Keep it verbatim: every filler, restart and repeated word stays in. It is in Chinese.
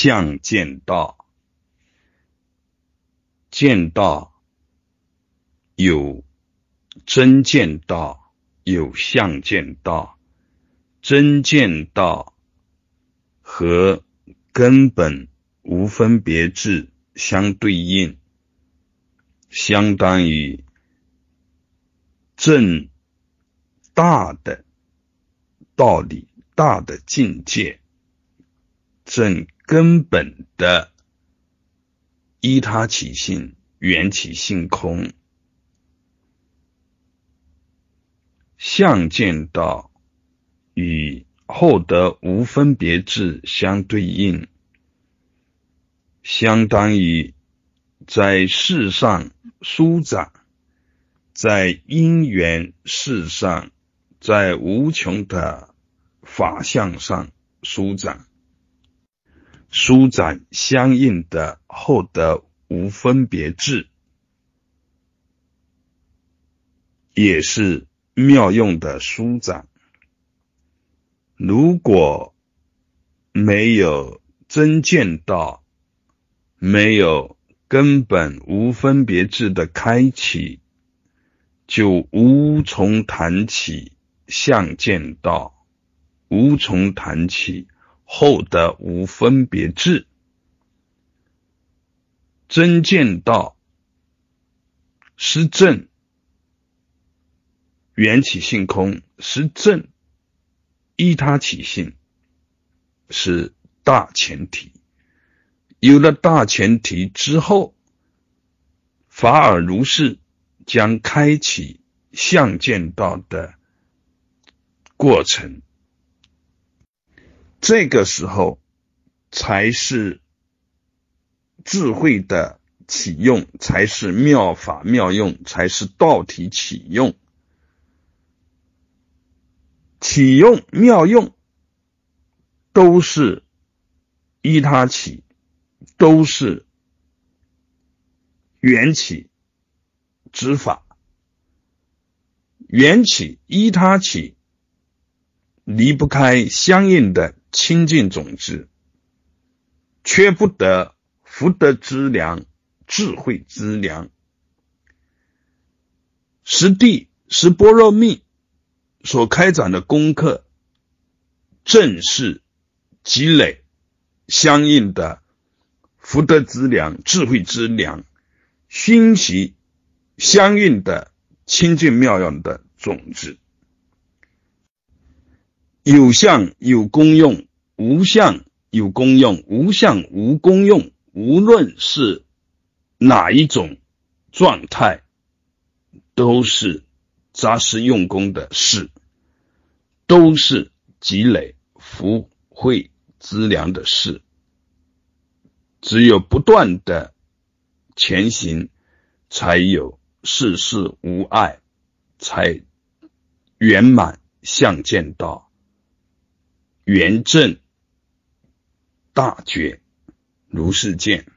相见道。见道有真见道，有相见道。真见道和根本无分别智相对应，相当于正大的道理，大的境界，正根本的依他起性，缘起性空。相见道与后得无分别智相对应，相当于在世上舒展，在因缘事上，在无穷的法相上舒展，舒展相应的后得无分别智，也是妙用的舒展。如果没有真见道，没有根本无分别智的开启，就无从谈起相见道，无从谈起后得无分别智。真见道是正，缘起性空是正，依他起性是大前提。有了大前提之后，法尔如是将开启相见道的过程。这个时候才是智慧的启用，才是妙法妙用，才是道体启用。启用妙用都是依他起，都是缘起之法。缘起依他起，离不开相应的清净种子，缺不得福德之粮，智慧之粮。实地实般若蜜所开展的功课，正是积累相应的福德之粮，智慧之粮，熏习相应的清净妙用的种子。有相有功用，无相有功用，无相无功用。无论是哪一种状态，都是扎实用功的事，都是积累福慧资粮的事。只有不断的前行，才有世事无碍，才圆满相见道，圆正大觉。如是见。